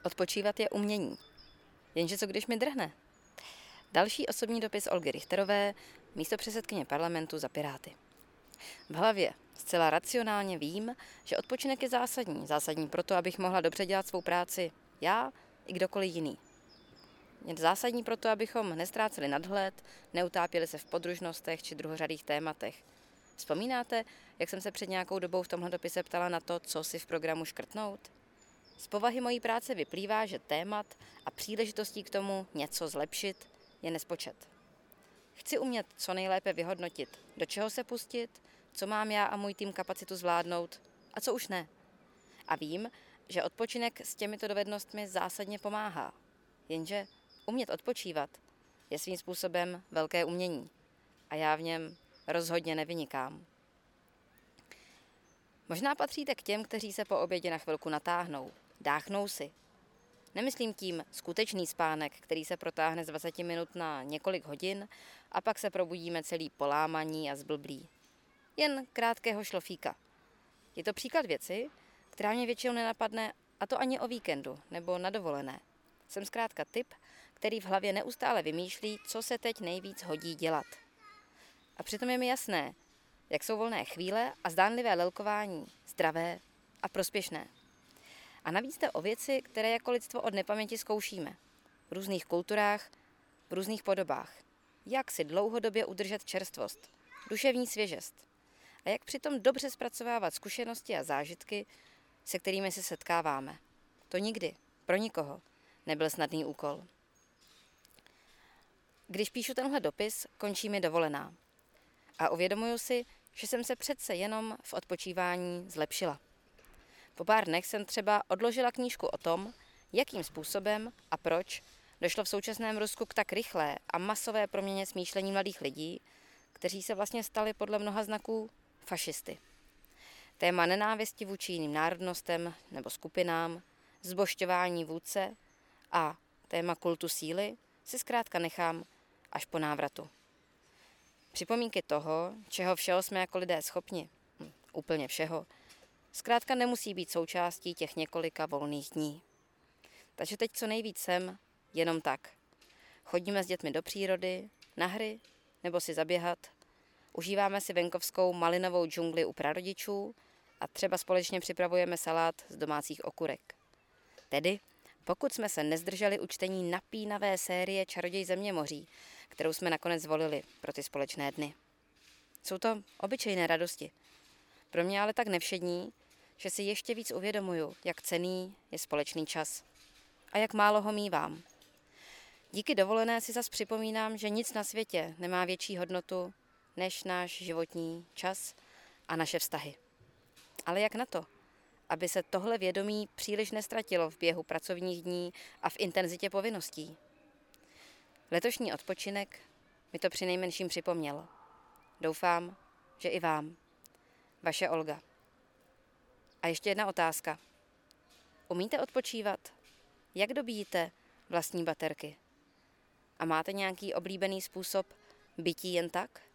Odpočívat je umění. Jenže co když mi drhne? Další osobní dopis Olgy Richterové, místopředsedkyně parlamentu za Piráty. V hlavě zcela racionálně vím, že odpočinek je zásadní. Zásadní proto, abych mohla dobře dělat svou práci já i kdokoliv jiný. Je zásadní proto, abychom nestráceli nadhled, neutápěli se v podružnostech či druhořadých tématech. Vzpomínáte, jak jsem se před nějakou dobou v tomhle dopise ptala na to, co si v programu škrtnout? Z povahy mojí práce vyplývá, že témat a příležitostí k tomu něco zlepšit je nespočet. Chci umět co nejlépe vyhodnotit, do čeho se pustit, co mám já a můj tým kapacitu zvládnout a co už ne. A vím, že odpočinek s těmito dovednostmi zásadně pomáhá. Jenže umět odpočívat je svým způsobem velké umění a já v něm rozhodně nevynikám. Možná patříte k těm, kteří se po obědě na chvilku natáhnou, dáchnou si. Nemyslím tím skutečný spánek, který se protáhne z 20 minut na několik hodin a pak se probudíme celý polámaní a zblblí. Jen krátkého šlofíka. Je to příklad věci, která mě většinou nenapadne, a to ani o víkendu nebo na dovolené. Jsem zkrátka typ, který v hlavě neustále vymýšlí, co se teď nejvíc hodí dělat. A přitom je mi jasné, jak jsou volné chvíle a zdánlivé lelkování zdravé a prospěšné. A navíc jde o věci, které jako lidstvo od nepaměti zkoušíme. V různých kulturách, v různých podobách. Jak si dlouhodobě udržet čerstvost, duševní svěžest. A jak přitom dobře zpracovávat zkušenosti a zážitky, se kterými se setkáváme. To nikdy, pro nikoho, nebyl snadný úkol. Když píšu tenhle dopis, končí mi dovolená. A uvědomuju si, že jsem se přece jenom v odpočívání zlepšila. Po pár dnech jsem třeba odložila knížku o tom, jakým způsobem a proč došlo v současném Rusku k tak rychlé a masové proměně smýšlení mladých lidí, kteří se vlastně stali podle mnoha znaků fašisty. Téma nenávisti vůči jiným národnostem nebo skupinám, zbožťování vůdce a téma kultu síly si zkrátka nechám až po návratu. Připomínky toho, čeho všeho jsme jako lidé schopni, úplně všeho, zkrátka nemusí být součástí těch několika volných dní. Takže teď co nejvíc jsem jenom tak. Chodíme s dětmi do přírody, na hry nebo si zaběhat, užíváme si venkovskou malinovou džungli u prarodičů a třeba společně připravujeme salát z domácích okurek. Tedy, pokud jsme se nezdrželi u čtení napínavé série Čaroděj země moří, kterou jsme nakonec zvolili pro ty společné dny. Jsou to obyčejné radosti. Pro mě ale tak nevšední, že si ještě víc uvědomuju, jak cenný je společný čas a jak málo ho mívám. Díky dovolené si zas připomínám, že nic na světě nemá větší hodnotu než náš životní čas a naše vztahy. Ale jak na to, aby se tohle vědomí příliš nestratilo v běhu pracovních dní a v intenzitě povinností? Letošní odpočinek mi to přinejmenším připomněl. Doufám, že i vám. Vaše Olga. A ještě jedna otázka. Umíte odpočívat? Jak dobíjíte vlastní baterky? A máte nějaký oblíbený způsob bytí jen tak?